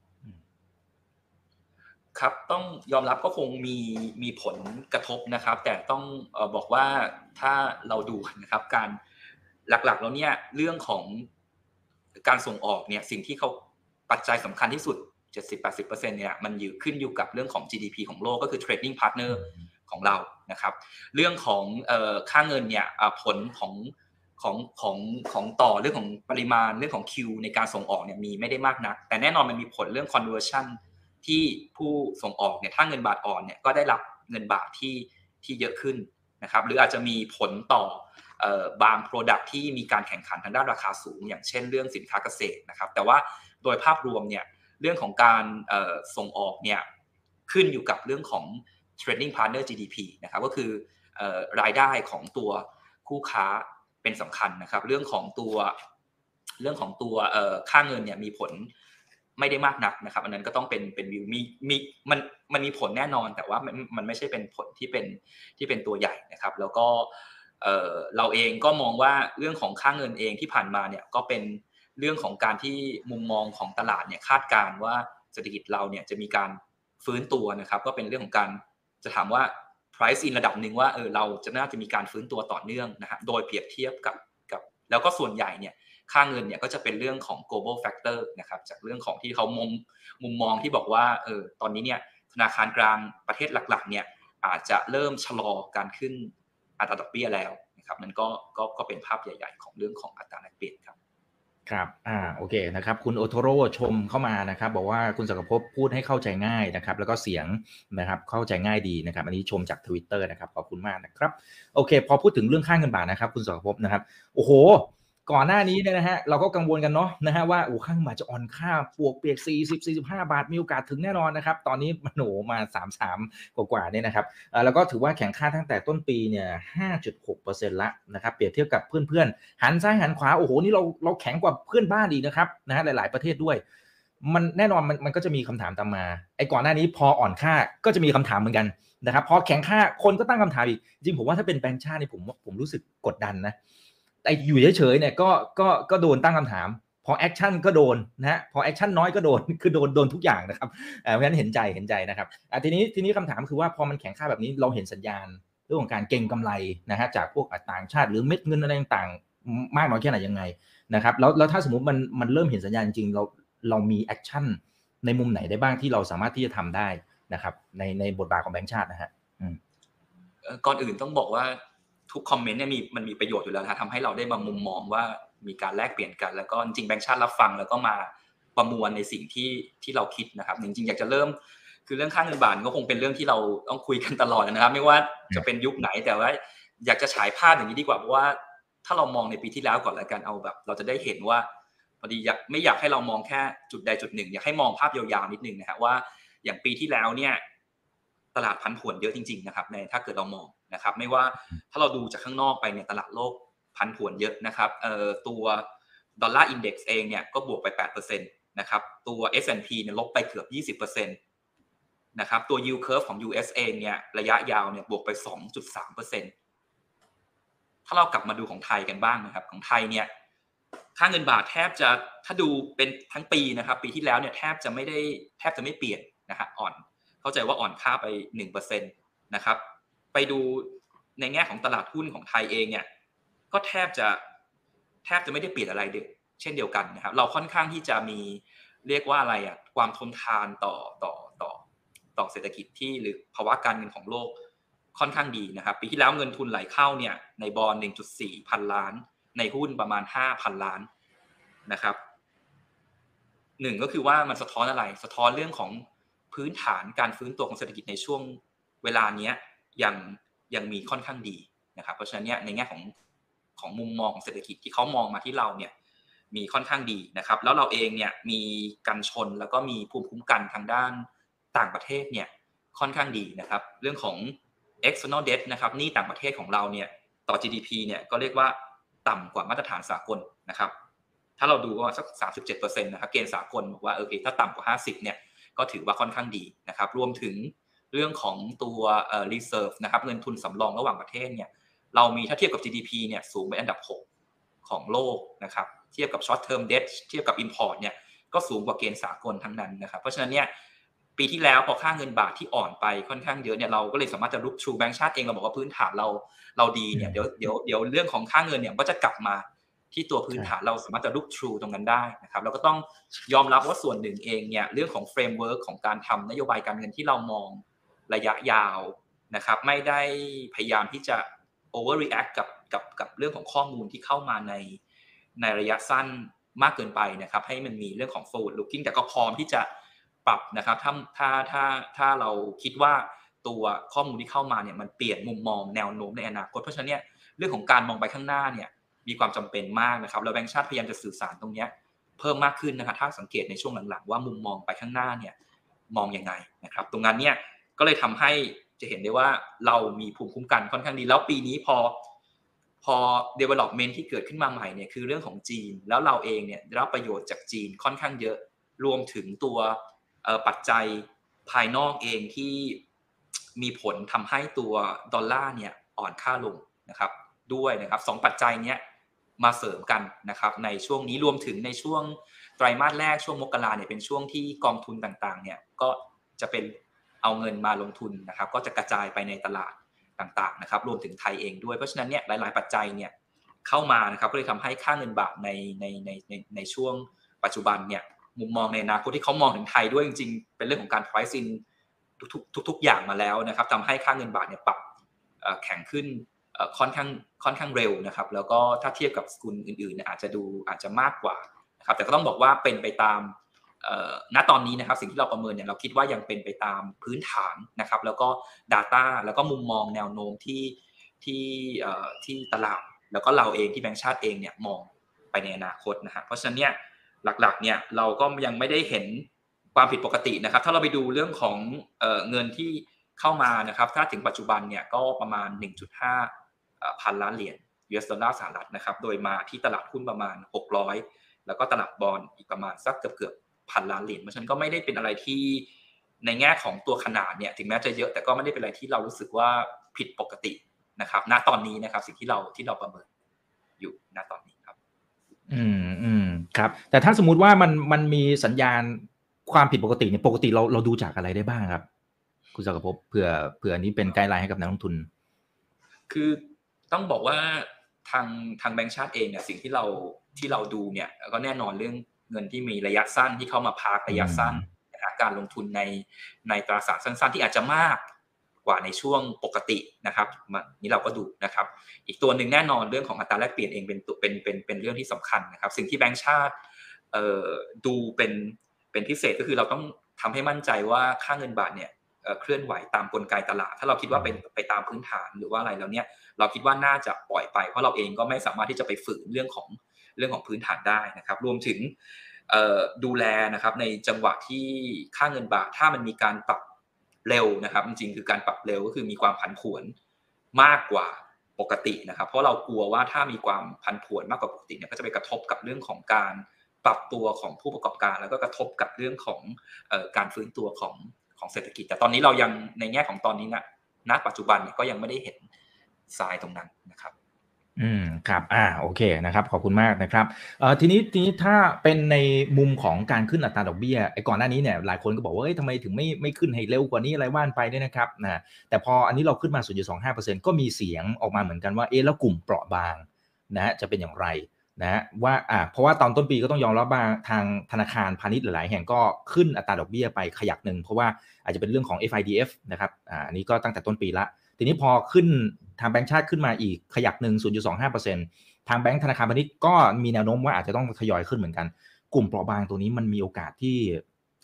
ครับต้องยอมรับก็คงมีมีผลกระทบนะครับแต่ต้องเอ่อบอกว่าถ้าเราดูนะครับการหลักๆแล้วเนี่ยเรื่องของการส่งออกเนี่ยสิ่งที่เขาปัจจัยสำคัญที่สุด เจ็ดสิบถึงแปดสิบเปอร์เซ็นต์ เนี่ยมันอยู่ขึ้นอยู่กับเรื่องของ จี ดี พี ของโลกก็คือ trading partner ของเรานะครับเรื่องของเอ่อค่าเงินเนี่ยอ่าผลของของของของต่อเรื่องของปริมาณเรื่องของคิวในการส่งออกเนี่ยมีไม่ได้มากนักแต่แน่นอนมันมีผลเรื่อง conversion ที่ผู้ส่งออกเนี่ยถ้าเงินบาทอ่อนเนี่ยก็ได้รับเงินบาทที่ที่เยอะขึ้นนะครับหรืออาจจะมีผลต่อบาง product ที่มีการแข่งขันทางด้านราคาสูงอย่างเช่นเรื่องสินค้าเกษตรนะครับแต่ว่าโดยภาพรวมเนี่ยเรื่องของการส่งออกเนี่ยขึ้นอยู่กับเรื่องของ trading partner จี ดี พี นะครับก็คือรายได้ของตัวคู่ค้าเป็นสำคัญนะครับเรื่องของตัวเรื่องของตัวค่าเงินเนี่ยมีผลไม่ได้มากนักนะครับอันนั้นก็ต้องเป็นเป็นวิวมีมีมันมันมีผลแน่นอนแต่ว่ามันมันไม่ใช่เป็นผลที่เป็นที่เป็นตัวใหญ่นะครับแล้วก็เอ่อเราเองก็มองว่าเรื่องของค่าเงินเองที่ผ่านมาเนี่ยก็เป็นเรื่องของการที่มุมมองของตลาดเนี่ยคาดการณ์ว่าเศรษฐกิจเราเนี่ยจะมีการฟื้นตัวนะครับก็เป็นเรื่องของการจะถามว่า price in ระดับหนึ่งว่าเออเราจะน่าจะมีการฟื้นตัวต่อเนื่องนะครับโดยเปรียบเทียบกับกับแล้วก็ส่วนใหญ่เนี่ยค่าเงินเนี่ยก็จะเป็นเรื่องของ global factor นะครับจากเรื่องของที่เขามุมมุมมองที่บอกว่าเออตอนนี้เนี่ยธนาคารกลางประเทศหลักๆเนี่ยอาจจะเริ่มชะลอการขึ้นอัตราดอกเบี้ยแล้วนะครับนั่นก็ก็ก็เป็นภาพใหญ่ๆของเรื่องของอัตราแลกเปลี่ยนครับครับอ่าโอเคนะครับคุณโอโทโร่ชมเข้ามานะครับบอกว่าคุณศักดิ์ภพพูดให้เข้าใจง่ายนะครับแล้วก็เสียงนะครับเข้าใจง่ายดีนะครับอันนี้ชมจาก Twitter นะครับขอบคุณมากนะครับโอเคพอพูดถึงเรื่องค่าเงินบาทนะครับคุณศักดิ์ภพนะครับโอ้โหก่อนหน้านี้เนี่ยนะฮะเราก็กังวลกันเนาะนะฮะว่าโอ้ค่าเงินบาทจะอ่อนค่าปวกเปียกสี่สิบ สี่สิบห้าบาทมีโอกาสถึงแน่นอนนะครับตอนนี้มันโหมาสามสิบสามกว่าๆเนี่ยนะครับอ่าแล้วก็ถือว่าแข็งค่าตั้งแต่ต้นปีเนี่ย ห้าจุดหกเปอร์เซ็นต์ ละนะครับเปรียบเทียบกับเพื่อนๆหันซ้ายหันขวาโอ้โหนี่เราเราแข็งกว่าเพื่อนบ้านอีกนะครับนะฮะหลายๆประเทศด้วยมันแน่นอนมันมันก็จะมีคำถามตามมาไอ้ก่อนหน้านี้พออ่อนค่าก็จะมีคำถามเหมือนกันนะครับพอแข็งค่าคนก็ตั้งคำถามอีกจริงผมว่าถ้าเป็นแบงก์ชาตินี่ผมผมรู้สึกกดดันนะแต่อยู่เฉยๆเนี่ยก็ก็ก็โดนตั้งคำถามพอแอคชั่นก็โดนนะฮะพอแอคชั่นน้อยก็โดนคือโดนโดนทุกอย่างนะครับเพราะฉะนั้นเห็นใจเห็นใจนะครับทีนี้ทีนี้คำถามคือว่าพอมันแข็งค่าแบบนี้เราเห็นสัญญาณเรื่องของการเก็งกำไรนะฮะจากพวกต่างชาติหรือเม็ดเงินอะไรต่างๆมากน้อยแค่ไหนยังไงนะครับแล้วแล้วถ้าสมมติมันมันเริ่มเห็นสัญญาณจริงเราเรามีแอคชั่นในมุมไหนได้บ้างที่เราสามารถที่จะทำได้นะครับในในบทบาทของแบงก์ชาตินะฮะก่อนอื่นต้องบอกว่าทุกคอมเมนต์เนี่ยมีมันมีประโยชน์อยู่แล้วนะทำให้เราได้มามุมมองว่ามีการแลกเปลี่ยนกันแล้วก็จริงแบงก์ชาติรับฟังแล้วก็มาประมวลในสิ่งที่ที่เราคิดนะครับจริงๆอยากจะเริ่มคือเรื่องค่าเงินบาทก็คงเป็นเรื่องที่เราต้องคุยกันตลอดนะครับไม่ว่าจะเป็นยุคไหนแต่ว่าอยากจะฉายภาพอย่างนี้ดีกว่าเพราะว่าถ้าเรามองในปีที่แล้วก่อนแล้วกันเอาแบบเราจะได้เห็นว่าพอดีอยากไม่อยากให้เรามองแค่จุดใดจุดหนึ่งอยากให้มองภาพยาวๆนิดนึงนะฮะว่าอย่างปีที่แล้วเนี่ยตลาดผันผวนเยอะจริงๆนะครับในถ้าเกิดเรามองนะครับไม่ว่าถ้าเราดูจากข้างนอกไปเนี่ยตลาดโลกผันผวนเยอะนะครับเอ่อตัวดอลลาร์อินเด็กซ์เองเนี่ยก็บวกไป แปดเปอร์เซ็นต์ นะครับตัว เอส แอนด์ พี เนี่ยลบไปเกือบ ยี่สิบเปอร์เซ็นต์ นะครับตัว yield curve ของ ยู เอส เองเนี่ยระยะยาวเนี่ยบวกไป สองจุดสามเปอร์เซ็นต์ ถ้าเรากลับมาดูของไทยกันบ้างนะครับของไทยเนี่ยค่าเงินบาทแทบจะถ้าดูเป็นทั้งปีนะครับปีที่แล้วเนี่ยแทบจะไม่ได้แทบจะไม่เปลี่ยนนะฮะอ่อนเข้าใจว่าอ่อนค่าไป หนึ่งเปอร์เซ็นต์ นะครับไปดูในแง่ของตลาดหุ้นของไทยเองเนี่ยก็แทบจะแทบจะไม่ได้เปลี่ยนอะไรเด็กเช่นเดียวกันนะครับเราค่อนข้างที่จะมีเรียกว่าอะไรอ่ะความทนทานต่อต่อต่อต่อเศรษฐกิจที่หรือภาวะการเงินของโลกค่อนข้างดีนะครับปีที่แล้วเงินทุนไหลเข้าเนี่ยในบอนด์ หนึ่งจุดสี่ พันล้านในหุ้นประมาณ ห้าพันล้านนะครับหนึ่งก็คือว่ามันสะท้อนอะไรสะท้อนเรื่องของพื้นฐานการฟื้นตัวของเศรษฐกิจในช่วงเวลานี้ยังยังมีค่อนข้างดีนะครับเพราะฉะนั้นเนี่ยในแง่ของของมุมมองของเศรษฐกิจที่เขามองมาที่เราเนี่ยมีค่อนข้างดีนะครับแล้วเราเองเนี่ยมีกันชนแล้วก็มีภูมิคุ้มกันทางด้านต่างประเทศเนี่ยค่อนข้างดีนะครับเรื่องของ external debt นะครับหนี้ต่างประเทศของเราเนี่ยต่อ จี ดี พี เนี่ยก็เรียกว่าต่ำกว่ามาตรฐานสากลนะครับถ้าเราดูก็สัก สามสิบเจ็ดเปอร์เซ็นต์ นะครับเกณฑ์สากลบอกว่าโอเคถ้าต่ำกว่าห้าสิบเนี่ยก็ถือว่าค่อนข้างดีนะครับรวมถึงเรื่องของตัวเอ่อ reserve นะครับเงินทุนสำรองระหว่างประเทศเนี่ยเรามีถ้าเทียบกับ จี ดี พี เนี่ยสูงเป็นอันดับหกของโลกนะครับเทียบกับ short term debt เทียบกับ import เนี่ยก็สูงกว่าเกณฑ์สากลทั้งนั้นนะครับเพราะฉะนั้นเนี่ยปีที่แล้วพอค่าเงินบาทที่อ่อนไปค่อนข้างเยอะเนี่ยเราก็เลยสามารถจะลุกชูแบงก์ชาติเองเราบอกว่าพื้นฐานเราเราดีเนี่ยเดี๋ยวเดี๋ยวเดี๋ยวเรื่องของค่าเงินเนี่ยก็จะกลับมาที่ตัวพื้นฐานเราสามารถจะลุกชูตรงนั้นได้นะครับเราก็ต้องยอมรับว่าส่วนหนึ่งเองเนี่ยเรื่องของเฟรมเวิร์คของการทำนโยบายการเงินที่เรามองระยะยาวนะครับไม่ได้พยายามที่จะ overreact กับกับกับเรื่องของข้อมูลที่เข้ามาในในระยะสั้นมากเกินไปนะครับให้มันมีเรื่องของ forward looking แต่ก็พร้อมที่จะปรับนะครับถ้าถ้าถ้าถ้าเราคิดว่าตัวข้อมูลที่เข้ามาเนี่ยมันเปลี่ยนมุมมองแนวโน้มในอนาคตเพราะฉะนั้นเนี่ยเรื่องของการมองไปข้างหน้าเนี่ยมีความจำเป็นมากนะครับแล้วแบงก์ชาติพยายามจะสื่อสารตรงนี้เพิ่มมากขึ้นนะครับถ้าสังเกตในช่วงหลังๆว่ามุมมองไปข้างหน้าเนี่ยมองยังไงนะครับตรงนั้นเนี่ยก็เลยทำให้จะเห็นได้ว่าเรามีภูมิคุ้มกันค่อนข้างดีแล้วปีนี้พอพอ development ที่เกิดขึ้นมาใหม่เนี่ยคือเรื่องของจีนแล้วเราเองเนี่ยได้รับประโยชน์จากจีนค่อนข้างเยอะรวมถึงตัวปัจจัยภายนอกเองที่มีผลทำให้ตัวดอลลาร์เนี่ยอ่อนค่าลงนะครับด้วยนะครับสองปัจจัยนี้มาเสริมกันนะครับในช่วงนี้รวมถึงในช่วงไตรมาสแรกช่วงมกราเนี่ยเป็นช่วงที่กองทุนต่างๆเนี่ยก็จะเป็นเอาเงินมาลงทุนนะครับก็จะกระจายไปในตลาดต่างๆนะครับรวมถึงไทยเองด้วยเพราะฉะนั้นเนี่ยหลายๆปัจจัยเนี่ยเข้ามานะครับก็เลยทำให้ค่าเงินบาทในในในในในช่วงปัจจุบันเนี่ยมุมมองในอนาคตที่เขามองถึงไทยด้วยจริงๆเป็นเรื่องของการ price in ทุกๆทุกๆอย่างมาแล้วนะครับทำให้ค่าเงินบาทเนี่ยปรับแข็งขึ้นค่อนข้างค่อนข้างเร็วนะครับแล้วก็ถ้าเทียบกับสกุลอื่นๆเนี่ยอาจจะดูอาจจะมากกว่านะครับแต่ก็ต้องบอกว่าเป็นไปตามณตอนนี้นะครับสิ่งที่เราประเมินเนี่ยเราคิดว่ายังเป็นไปตามพื้นฐานนะครับแล้วก็ data แล้วก็มุมมองแนวโน้มที่ที่ที่ตลาดแล้วก็เราเองที่แบงก์ชาติเองเนี่ยมองไปในอนาคตนะฮะเพราะฉะนั้นเนี่ยหลักๆเนี่ยเราก็ยังไม่ได้เห็นความผิดปกตินะครับถ้าเราไปดูเรื่องของเอ่อเงินที่เข้ามานะครับถ้าถึงปัจจุบันเนี่ยก็ประมาณ หนึ่งจุดห้า พันล้านเหรียญ ยู เอส ดอลลาร์สหรัฐนะครับโดยมาที่ตลาดหุ้นประมาณหกร้อยแล้วก็ตลาดบอนด์อีกประมาณสักเกือบๆพันล้านเหรียญเพราะฉะนั้นก็ไม่ได้เป็นอะไรที่ในแง่ของตัวขนาดเนี่ยถึงแม้จะเยอะแต่ก็ไม่ได้เป็นอะไรที่เรารู้สึกว่าผิดปกตินะครับณตอนนี้นะครับสิ่งที่เราที่เราประเมินอยู่ณตอนนี้ครับอืมอืมครับแต่ถ้าสมมุติว่ามันมันมีสัญญาณความผิดปกติเนี่ยปกติเราเราดูจากอะไรได้บ้างครับคุณศักดิ์ภพเผื่อเผื่อนี้เป็นไกด์ไลน์ให้กับนักลงทุนคือต้องบอกว่าทางทางแบงก์ชาติเองเนี่ยสิ่งที่เราที่เราดูเนี่ยก็แน่นอนเรื่องเงินที่มีระยะสั้นที่เข้ามาพาร์คระยะสั้นการลงทุนในในตราสารสั้นๆที่อาจจะมากกว่าในช่วงปกตินะครับนี่เราก็ดูนะครับอีกตัวหนึ่งแน่นอนเรื่องของอัตราแลกเปลี่ยนเองเป็นเป็นเป็นเป็นเรื่องที่สำคัญนะครับสิ่งที่แบงก์ชาติเอ่อดูเป็นเป็นพิเศษก็คือเราต้องทำให้มั่นใจว่าค่าเงินบาทเนี่ยเคลื่อนไหวตามกลไกตลาดถ้าเราคิดว่าเป็นไปตามพื้นฐานหรือว่าอะไรแล้วเนี่ยเราคิดว่าน่าจะปล่อยไปเพราะเราเองก็ไม่สามารถที่จะไปฝืนเรื่องของเรื่องของพื้นฐานได้นะครับรวมถึงดูแลนะครับในจังหวะที่ค่าเงินบาทถ้ามันมีการปรับเร็วนะครับจริงๆคือการปรับเร็วก็คือมีความผันผวนมากกว่าปกตินะครับเพราะเรากลัวว่าถ้ามีความผันผวนมากกว่าปกติเนี่ยก็จะไปกระทบกับเรื่องของการปรับตัวของผู้ประกอบการแล้วก็กระทบกับเรื่องของเอ่อการฟื้นตัวของของเศรษฐกิจแต่ตอนนี้เรายังในแง่ของตอนนี้นะณปัจจุบันเนี่ยก็ยังไม่ได้เห็นทรายตรงนั้นนะครับอืมครับอ่าโอเคนะครับขอบคุณมากนะครับเอ่อทีนี้ทีนี้ถ้าเป็นในมุมของการขึ้นอัตราดอกเบี้ยไอ้ก่อนหน้านี้เนี่ยหลายคนก็บอกว่าเอ้ยทำไมถึงไม่ไม่ขึ้นให้เร็วกว่านี้อะไรว่านไปเนี่ยนะครับนะแต่พออันนี้เราขึ้นมา ศูนย์จุดสองห้าเปอร์เซ็นต์ ก็มีเสียงออกมาเหมือนกันว่าเอ๊ะแล้วกลุ่มเปราะบางนะฮะจะเป็นอย่างไรนะฮะว่าอ่าเพราะว่าตอนต้นปีก็ต้องยอมรับว่าทางธนาคารพาณิชย์หลายๆแห่งก็ขึ้นอัตราดอกเบี้ยไปขยักนึงเพราะว่าอาจจะเป็นเรื่องของ เอฟ ไอ ดี เอฟ นะครับอ่าอันนี้ก็ตั้งแต่ต้นปีละทีนี้พอขึ้นทางแบงก์ชาติขึ้นมาอีกขยักนึง ศูนย์จุดสองห้าเปอร์เซ็นต์ ทางแบงก์ธนาคารพาณิชย์ก็มีแนวโน้มว่าอาจจะต้องทยอยขึ้นเหมือนกันกลุ่มเปราะบางตัวนี้มันมีโอกาสที่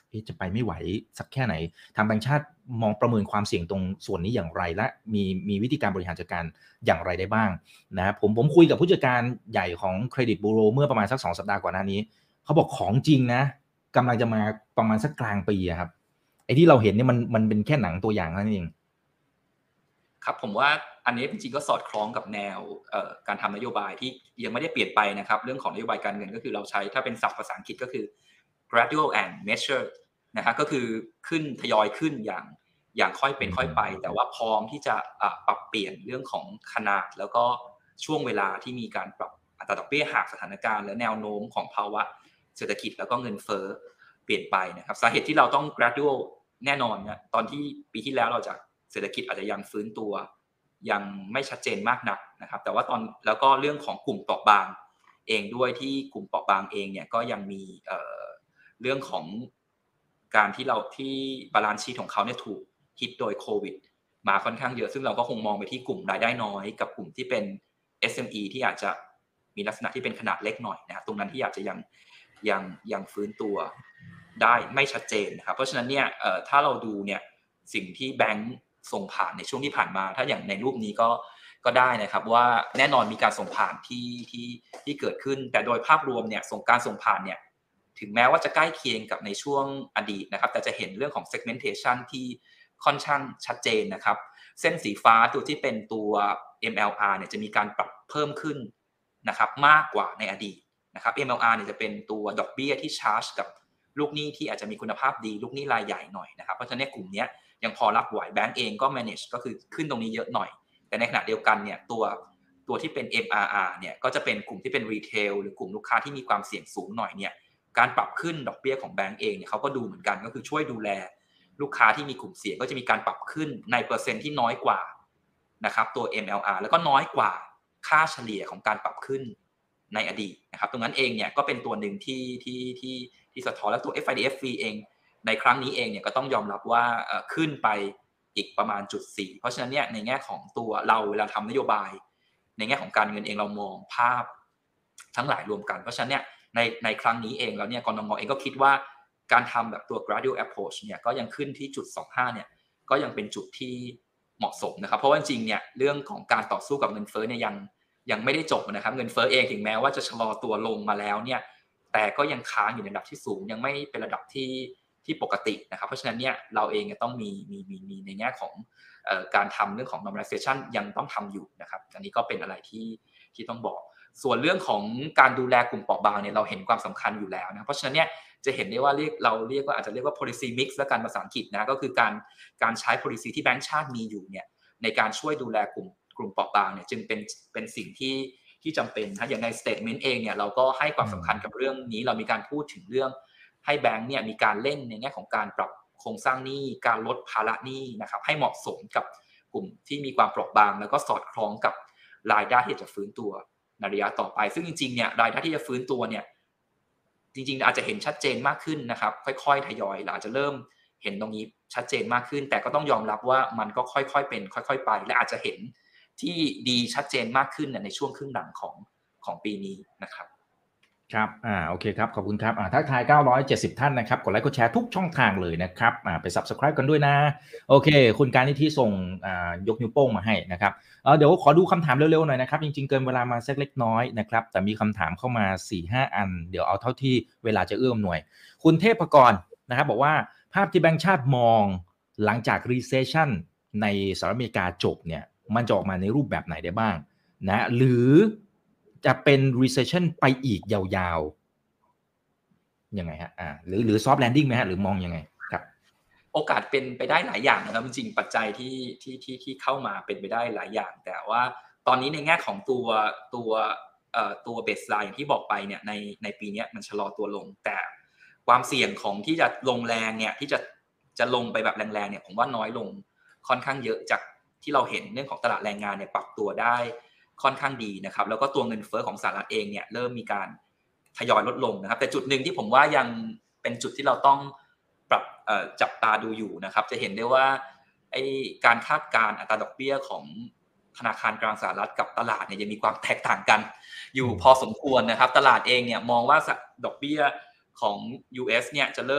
จะไปไม่ไหวสักแค่ไหนทางแบงก์ชาติมองประเมินความเสี่ยงตรงส่วนนี้อย่างไรและมีมีวิธีการบริหารจัดการอย่างไรได้บ้างนะผมผมคุยกับผู้จัดการใหญ่ของเครดิตบูโรเมื่อประมาณสักสองสัปดาห์ก่อนหน้านี้เขาบอกของจริงนะกำลังจะมาประมาณสักกลางปีครับไอ้ที่เราเห็นเนี่ยมันมันเป็นแค่หนังตัวอย่างนั่นเองครับผมว่าอันนี้จริงๆก็สอดคล้องกับแนวการทำนโยบายที่ยังไม่ได้เปลี่ยนไปนะครับเรื่องของนโยบายการเงินก็คือเราใช้ถ้าเป็นศัพท์ภาษาอังกฤษก็คือ gradual and measured นะครับก็คือขึ้นทยอยขึ้นอย่างอย่างค่อยเป็นค่อยไปแต่ว่าพร้อมที่จะปรับเปลี่ยนเรื่องของขนาดแล้วก็ช่วงเวลาที่มีการปรับอัตราดอกเบี้ยหากสถานการณ์และแนวโน้มของภาวะเศรษฐกิจแล้วก็เงินเฟ้อเปลี่ยนไปนะครับสาเหตุที่เราต้อง gradual แน่นอนเนี่ยตอนที่ปีที่แล้วเราจะเศรษฐกิจอาจจะยังฟื้นตัวยังไม่ชัดเจนมากนักนะครับแต่ว่าตอนแล้วก็เรื่องของกลุ่มเปราะบางเองด้วยที่กลุ่มเปราะบางเองเนี่ยก็ยังมีเอ่อเรื่องของการที่เราที่บาลานซ์ชีทของเขาเนี่ยถูกฮิตโดยโควิดมาค่อนข้างเยอะซึ่งเราก็คงมองไปที่กลุ่มรายได้น้อยกับกลุ่มที่เป็น เอส เอ็ม อี ที่อาจจะมีลักษณะที่เป็นขนาดเล็กหน่อยนะครับตรงนั้นที่อาจจะยังยังยังฟื้นตัวได้ไม่ชัดเจนนะครับเพราะฉะนั้นเนี่ยเอ่อถ้าเราดูเนี่ยสิ่งที่แบงก์ส่งผ่านในช่วงที่ผ่านมาถ้าอย่างในรูปนี้ก็ก็ได้นะครับว่าแน่นอนมีการส่งผ่านที่ที่ที่เกิดขึ้นแต่โดยภาพรวมเนี่ยส่งการส่งผ่านเนี่ยถึงแม้ว่าจะใกล้เคียงกับในช่วงอดีตนะครับแต่จะเห็นเรื่องของ segmentation ที่ค่อนข้างชัดเจนนะครับเส้นสีฟ้าตัวที่เป็นตัว เอ็ม แอล อาร์ เนี่ยจะมีการปรับเพิ่มขึ้นนะครับมากกว่าในอดีตนะครับ เอ็ม แอล อาร์ เนี่ยจะเป็นตัวดอกเบี้ยที่ชาร์จกับลูกหนี้ที่อาจจะมีคุณภาพดีลูกหนี้รายใหญ่หน่อยนะครับเพราะฉะนั้นกลุ่มนี้ยังพอรับไหวแบงก์เองก็ manage ก็คือขึ้นตรงนี้เยอะหน่อยแต่ในขณะเดียวกันเนี่ยตัวตัวที่เป็น เอ็ม อาร์ อาร์ เนี่ยก็จะเป็นกลุ่มที่เป็น retail หรือกลุ่มลูกค้าที่มีความเสี่ยงสูงหน่อยเนี่ยการปรับขึ้นดอกเบี้ยของแบงก์เองเนี่ยเขาก็ดูเหมือนกันก็คือช่วยดูแลลูกค้าที่มีกลุ่มเสี่ยงก็จะมีการปรับขึ้นในเปอร์เซ็นต์ที่น้อยกว่านะครับตัว เอ็ม แอล อาร์ แล้วก็น้อยกว่าค่าเฉลี่ยของการปรับขึ้นในอดีตนะครับตรงนั้นเองเนี่ยก็เป็นตัวหนึ่งที่ที่ที่ที่สะท้อนแล้วตัว เอฟ ไอ ดี เอฟ วี เองในครั้งนี้เองเนี่ยก็ต้องยอมรับว่าขึ้นไปอีกประมาณจุดสี่เพราะฉะนั้นเนี่ยในแง่ของตัวเราเวลาทำนโยบายในแง่ของการเงินเองเรามองภาพทั้งหลายรวมกันเพราะฉะนั้นเนี่ยในในครั้งนี้เองแล้วเนี่ยกนง.เองก็คิดว่าการทำแบบตัว gradual approach เนี่ยก็ยังขึ้นที่จุดสองสิบห้าเนี่ยก็ยังเป็นจุดที่เหมาะสมนะครับเพราะว่าจริงๆเนี่ยเรื่องของการต่อสู้กับเงินเฟ้อเนี่ยยังยังไม่ได้จบนะครับเงินเฟ้อเองถึงแม้ว่าจะชะลอตัวลงมาแล้วเนี่ยแต่ก็ยังค้างอยู่ในระดับที่สูงยังไม่เป็นระดับที่ที่ปกตินะครับเพราะฉะนั้นเนี่ยเราเองต้องมีมีมีมีในแง่ของเอ่อการทำเรื่องของ normalization ยังต้องทำอยู่นะครับอันนี้ก็เป็นอะไรที่ที่ต้องบอกส่วนเรื่องของการดูแลกลุ่มเปราะบางเนี่ยเราเห็นความสำคัญอยู่แล้วนะเพราะฉะนั้นเนี่ยจะเห็นได้ว่าเรียกเราเรียกว่าอาจจะเรียกว่า policy mix และการภาษาอังกฤษนะก็คือการการใช้ policy ที่แบงก์ชาติมีอยู่เนี่ยในการช่วยดูแลกลุ่มกลุ่มเปราะบางเนี่ยจึงเป็นเป็นสิ่งที่ที่จำเป็นนะอย่างใน statement เองเนี่ยเราก็ให้ความสำคัญกับเรื่องนี้เรามีการพูดถึงเรื่องให้แบงก์เนี่ยมีการเล่นในแง่ของการปรับโครงสร้างหนี้การลดภาระหนี้นะครับให้เหมาะสมกับกลุ่มที่มีความเปราะบางแล้วก็สอดคล้องกับรายได้ที่จะฟื้นตัวในระยะต่อไปซึ่งจริงๆเนี่ยรายได้ที่จะฟื้นตัวเนี่ยจริงๆอาจจะเห็นชัดเจนมากขึ้นนะครับค่อยๆทยอยเราอาจจะเริ่มเห็นตรงนี้ชัดเจนมากขึ้นแต่ก็ต้องยอมรับว่ามันก็ค่อยๆเป็นค่อยๆไปและอาจจะเห็นที่ดีชัดเจนมากขึ้นในช่วงครึ่งหลังของของปีนี้นะครับครับอ่าโอเคครับขอบคุณครับอ่าทักทายเก้าร้อยเจ็ดสิบท่านนะครับกดไลค์กดแชร์ทุกช่องทางเลยนะครับอ่าไป Subscribe กันด้วยนะโอเคคุณการนิธิส่งอ่ายกนิ้วโป้งมาให้นะครับเอ่อเดี๋ยวขอดูคำถามเร็วๆหน่อยนะครับจริงๆเกินเวลามาสักเล็กน้อยนะครับแต่มีคำถามเข้ามา สี่ห้า อันเดี๋ยวเอาเท่าที่เวลาจะเอื้อมหน่วยคุณเทพกรนะครับบอกว่าภาพที่แบงก์ชาติมองหลังจาก recession ในสหรัฐอเมริกาจบเนี่ยมันจะออกมาในรูปแบบไหนได้บ้างนะหรือจะเป็น recession ไปอีกยาวๆยังไงฮะอ่าหรือหรือ soft landing ไหมฮะหรือมองยังไงครับโอกาสเป็นไปได้หลายอย่างนะครับจริงๆปัจจัยที่ที่ที่ที่เข้ามาเป็นไปได้หลายอย่างแต่ว่าตอนนี้ในแง่ของตัวตัวเอ่อตัว baseline อย่างที่บอกไปเนี่ยในในปีนี้มันชะลอตัวลงแต่ความเสี่ยงของที่จะลงแรงเนี่ยที่จะจะลงไปแบบแรงๆเนี่ยผมว่าน้อยลงค่อนข้างเยอะจากที่เราเห็นเรื่องของตลาดแรงงานเนี่ยปรับตัวได้ค่อนข้างดีนะครับแล้วก็ตัวเงินเฟ้อของสหรัฐเองเนี่ยเริ่มมีการทยอยลดลงนะครับแต่จุดหนึ่งที่ผมว่ายังเป็นจุดที่เราต้องปรับจับตาดูอยู่นะครับจะเห็นได้ว่าไอ้การคาดการณ์อัตราดอกเบี้ยของธนาคารกลางสหรัฐกับตลาดเนี่ยยังมีความแตกต่างกันอยู่พอสมควรนะครับตลาดเองเนี่ยมองว่าดอกเบี้ยของ ยู เอส เนี่ยจะเริ่ม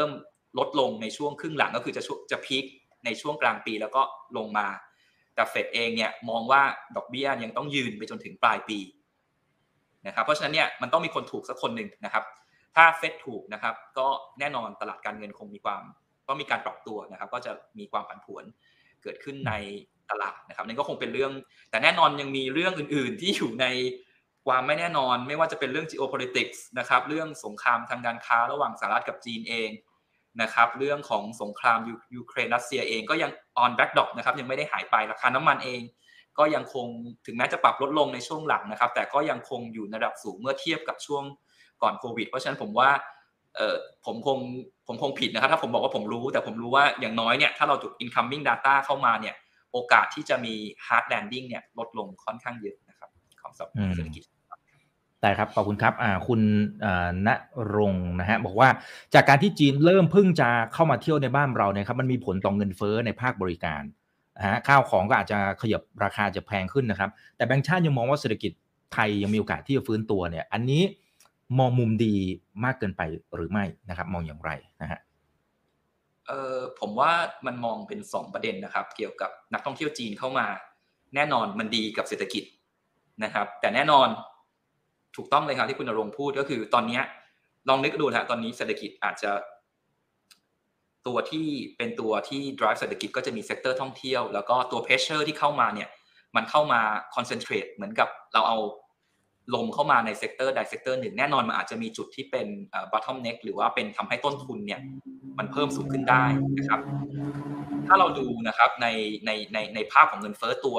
ลดลงในช่วงครึ่งหลังก็คือจะจะพีคในช่วงกลางปีแล้วก็ลงมาแต่เฟดเองเนี่ยมองว่าดอกเบี้ยยังต้องยืนไปจนถึงปลายปีนะครับเพราะฉะนั้นเนี่ยมันต้องมีคนถูกสักคนหนึ่งนะครับถ้าเฟดถูกนะครับก็แน่นอนตลาดการเงินคงมีความก็มีการปรับตัวนะครับก็จะมีความผันผวนเกิดขึ้นในตลาดนะครับนั่นก็คงเป็นเรื่องแต่แน่นอนยังมีเรื่องอื่นๆที่อยู่ในความไม่แน่นอนไม่ว่าจะเป็นเรื่อง geopolitics นะครับเรื่องสงครามทางการค้าระหว่างสหรัฐกับจีนเองนะครับเรื่องของสงครามยูเครนรัสเซียเองก็ยัง on backdrop นะครับยังไม่ได้หายไปราคาน้ำมันเองก็ยังคงถึงแม้จะปรับลดลงในช่วงหลังนะครับแต่ก็ยังคงอยู่ในระดับสูงเมื่อเทียบกับช่วงก่อนโควิดเพราะฉะนั้นผมว่าเอ่อผมคงผมคงผิดนะครับถ้าผมบอกว่าผมรู้แต่ผมรู้ว่าอย่างน้อยเนี่ยถ้าเราถูก incoming data เข้ามาเนี่ยโอกาสที่จะมี hard landing เนี่ยลดลงค่อนข้างเยอะนะครับของเศรษฐกิจได้ครับขอบคุณครับอ่าคุณณรงค์นะฮะบอกว่าจากการที่จีนเริ่มเพิ่งจะเข้ามาเที่ยวในบ้านเราเนี่ยครับมันมีผลต่อเงินเฟ้อในภาคบริการนะฮะข้าวของก็อาจจะขยับราคาจะแพงขึ้นนะครับแต่แบงก์ชาติยังมองว่าเศรษฐกิจไทยยังมีโอกาสที่จะฟื้นตัวเนี่ยอันนี้มองมุมดีมากเกินไปหรือไม่นะครับมองอย่างไรนะฮะเอ่อผมว่ามันมองเป็นสองประเด็นนะครับเกี่ยวกับนักท่องเที่ยวจีนเข้ามาแน่นอนมันดีกับเศรษฐกิจนะครับแต่แน่นอนถูกต้องเลยครับที่คุณณรงค์พูดก็คือตอนนี้ลองนึกดูนะตอนนี้เศรษฐกิจอาจจะตัวที่เป็นตัวที่ drive เศรษฐกิจก็จะมีเซกเตอร์ท่องเที่ยวแล้วก็ตัว pressure ที่เข้ามาเนี่ยมันเข้ามา concentrate เหมือนกับเราเอาลมเข้ามาในเซกเตอร์ใดเซกเตอร์หนึ่งแน่นอนมันอาจจะมีจุดที่เป็น bottom neck หรือว่าเป็นทำให้ต้นทุนเนี่ยมันเพิ่มสูงขึ้นได้นะครับถ้าเราดูนะครับในในในในภาพของเงินเฟ้อตัว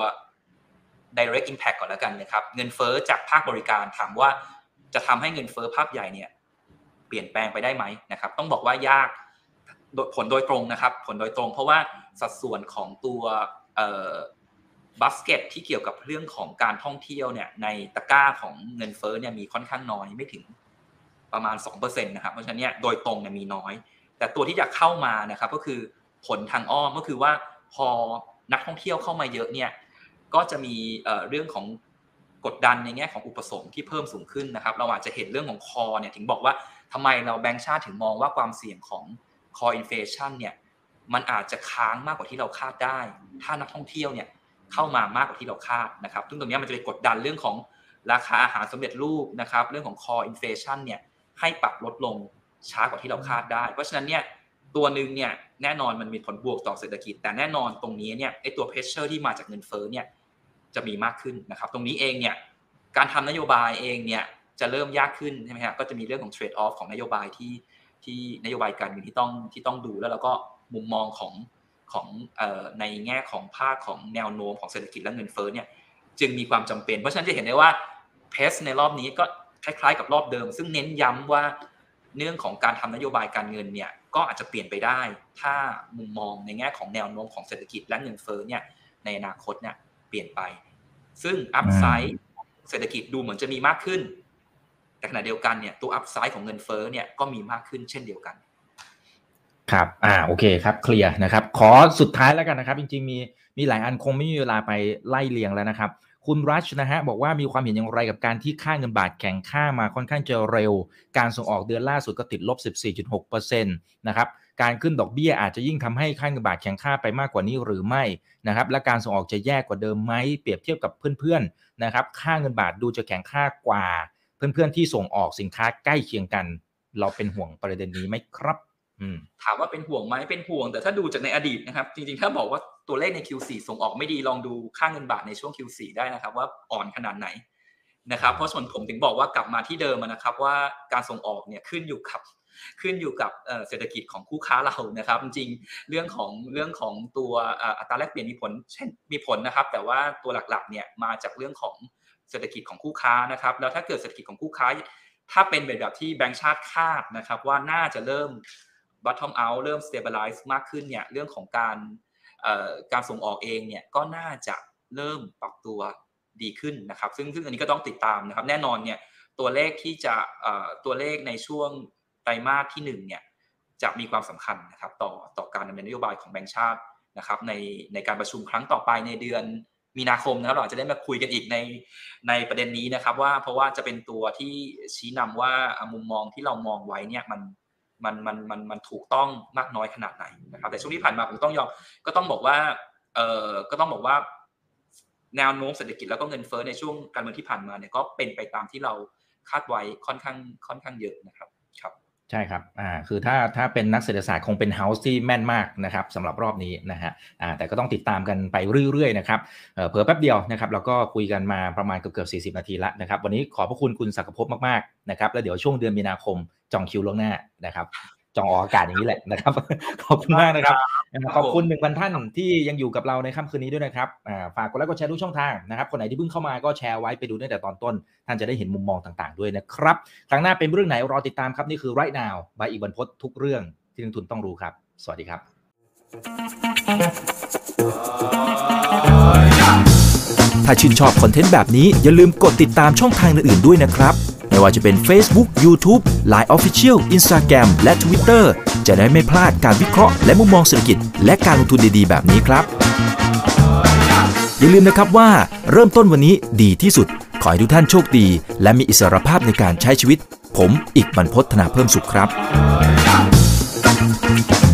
direct impact ก่อนแล้วกันนะครับเงินเฟ้อจากภาคบริการถามว่าจะทำให้เงินเฟ้อภาพใหญ่เนี่ยเปลี่ยนแปลงไปได้ไหมนะครับต้องบอกว่ายากผลโดยตรงนะครับผลโดยตรงเพราะว่าสัดส่วนของตัวเอ่อบัสเก็ตที่เกี่ยวกับเรื่องของการท่องเที่ยวเนี่ยในตะกร้าของเงินเฟ้อเนี่ยมีค่อนข้างน้อยไม่ถึงประมาณ สองเปอร์เซ็นต์ นะครับเพราะฉะนั้นเนี่ยโดยตรงเนี่ยมีน้อยแต่ตัวที่จะเข้ามานะครับก็คือผลทางอ้อมก็คือว่าพอนักท่องเที่ยวเข้ามาเยอะเนี่ยก็จะมีเอ่อเรื่องของกดดันในแง่ของอุปสงค์ที่เพิ่มสูงขึ้นนะครับเราอาจจะเห็นเรื่องของคอเนี่ยถึงบอกว่าทำไมเราแบงก์ชาติถึงมองว่าความเสี่ยงของcore inflation เนี่ยมันอาจจะค้างมากกว่าที่เราคาดได้ถ้านักท่องเที่ยวเนี่ยเข้ามามากกว่าที่เราคาดนะครับซึ่งตรงนี้มันจะไปกดดันเรื่องของราคาอาหารสำเร็จรูปนะครับเรื่องของ core inflation เนี่ยให้ปรับลดลงช้ากว่าที่เราคาดได้เพราะฉะนั้นเนี่ยตัวนึงเนี่ยแน่นอนมันมีผลบวกต่อเศรษฐกิจแต่แน่นอนตรงนี้เนี่ยไอ้ตัว pressure ที่มาจากเงินเฟ้อเนี่ยจะมีมากขึ้นนะครับตรงนี้เองเนี่ยการทำนโยบายเองเนี่ยจะเริ่มยากขึ้นใช่ไหมครับก็จะมีเรื่องของ trade off ของนโยบายที่ที่นโยบายการเงินที่ต้องที่ต้องดูแล้วเราก็มุมมองของของเอ่อในแง่ของภาคของแนวโน้มของเศรษฐกิจและเงินเฟ้อเนี่ยจึงมีความจำเป็นเพราะฉะนั้นจะเห็นได้ว่าเพสในรอบนี้ก็คล้ายๆกับรอบเดิมซึ่งเน้นย้ำว่าเรื่องของการทำนโยบายการเงินเนี่ยก็อาจจะเปลี่ยนไปได้ถ้ามุมมองในแง่ของแนวโน้มของเศรษฐกิจและเงินเฟ้อเนี่ยในอนาคตเนี่ยเปลี่ยนไปซึ่งอัพไซด์เศรษฐกิจดูเหมือนจะมีมากขึ้นแต่ขณะเดียวกันเนี่ยตัวอัพไซด์ของเงินเฟ้อเนี่ยก็มีมากขึ้นเช่นเดียวกันครับอ่าโอเคครับเคลียร์นะครับขอสุดท้ายแล้วกันนะครับจริงๆมีมีหลายอันคงไม่มีเวลาไปไล่เรียงแล้วนะครับคุณรัชนะฮะบอกว่ามีความเห็นอย่างไรกับการที่ค่าเงินบาทแข็งค่ามาค่อนข้างจะเร็วการส่งออกเดือนล่าสุดก็ติดลบ สิบสี่จุดหกเปอร์เซ็นต์ นะครับการขึ้นดอกเบี้ยอาจจะยิ่งทำให้ค่าเงินบาทแข็งค่าไปมากกว่านี้หรือไม่นะครับและการส่งออกจะแย่กว่าเดิมไหมเปรียบเทียบกับเพื่อนๆนะครับค่าเงินบาทดูจะแข็งค่ากว่าเพื่อนๆที่ส่งออกสินค้าใกล้เคียงกันเราเป็นห่วงประเด็นนี้ไหมครับถามว่าเป็นห่วงไหมเป็นห่วงแต่ถ้าดูจากในอดีตนะครับจริงๆถ้าบอกว่าตัวเลขใน คิว โฟร์ ส่งออกไม่ดีลองดูค่าเงินบาทในช่วง คิว โฟร์ ได้นะครับว่าอ่อนขนาดไหนนะครับเพราะส่วนผมถึงบอกว่ากลับมาที่เดิมนะครับว่าการส่งออกเนี่ยขึ้นอยู่กับขึ้นอยู่กับเศรษฐกิจของคู่ค้าเรานะครับจริงๆเรื่องของเรื่องของตัวอัตราแลกเปลี่ยนมีผลเช่นมีผลนะครับแต่ว่าตัวหลักๆเนี่ยมาจากเรื่องของเศรษฐกิจของคู่ค้านะครับแล้วถ้าเกิดเศรษฐกิจของคู่ค้าถ้าเป็นแบบที่แบงก์ชาติคาดนะครับว่าน่าจะเริ่มbottom out เริ่ม stabilize มากขึ้นเนี่ยเรื่องของการเอ่อการส่งออกเองเนี่ยก็น่าจะเริ่มปรับตัวดีขึ้นนะครับซึ่งซึ่งอันนี้ก็ต้องติดตามนะครับแน่นอนเนี่ยตัวเลขที่จะเอ่อตัวเลขในช่วงไตรมาสที่หนึ่งเนี่ยจะมีความสำคัญนะครับต่อต่อการดำเนินนโยบายของแบงก์ชาตินะครับในในการประชุมครั้งต่อไปในเดือนมีนาคมนะครับเราจะได้มาคุยกันอีกในในประเด็นนี้นะครับว่าเพราะว่าจะเป็นตัวที่ชี้นำว่ามุมมองที่เรามองไว้เนี่ยมันมันมันมันมันถูกต้องมากน้อยขนาดไหนนะครับแต่ช่วงที่ผ่านมาผมต้องยอมก็ต้องบอกว่าเอ่อก็ต้องบอกว่าแนวโน้มเศรษฐกิจแล้วก็เงินเฟ้อในช่วงการเมืองที่ผ่านมาเนี่ยก็เป็นไปตามที่เราคาดไว้ค่อนข้างค่อนข้างเยอะนะครับครับใช่ครับอ่าคือถ้าถ้าเป็นนักเศรษฐศาสตร์คงเป็นเฮาส์ที่แม่นมากนะครับสำหรับรอบนี้นะฮะอ่าแต่ก็ต้องติดตามกันไปเรื่อยๆนะครับเอ่อเผลอแป๊บเดียวนะครับเราก็คุยกันมาประมาณเกือบๆสี่สิบนาทีแล้วนะครับวันนี้ขอบพระคุณคุณศักดิ์ภพมากๆนะครับแล้วเดี๋ยวช่วงเดือนมีนาคมจองคิวล่วงหน้านะครับจองออกอากาศอย่างนี้แหละนะครับขอบคุณมากนะครับขอบคุณ หนึ่งพัน ท่านที่ยังอยู่กับเราในค่ำคืนนี้ด้วยนะครับอ่าฝากกดไลค์กดแชร์ทุกช่องทางนะครับคนไหนที่เพิ่งเข้ามาก็แชร์ไว้ไปดูตั้งแต่ตอนต้นท่านจะได้เห็นมุมมองต่างๆด้วยนะครับครั้งหน้าเป็นเรื่องไหนรอติดตามครับนี่คือ Right Now บายอีกบรรพตทุกเรื่องที่นักทุนต้องรู้ครับสวัสดีครับถ้าชื่นชอบคอนเทนต์แบบนี้อย่าลืมกดติดตามช่องทางอื่นๆด้วยนะครับไม่ว่าจะเป็น Facebook, YouTube, ไลน์ Official, Instagram และ Twitter จะได้ไม่พลาดการวิเคราะห์และมุมมองเศรษฐกิจและการลงทุนดีๆแบบนี้ครับอย่าลืมนะครับว่าเริ่มต้นวันนี้ดีที่สุดขอให้ทุกท่านโชคดีและมีอิสรภาพในการใช้ชีวิตผมอีกบรรพต ธนาเพิ่มสุขครับ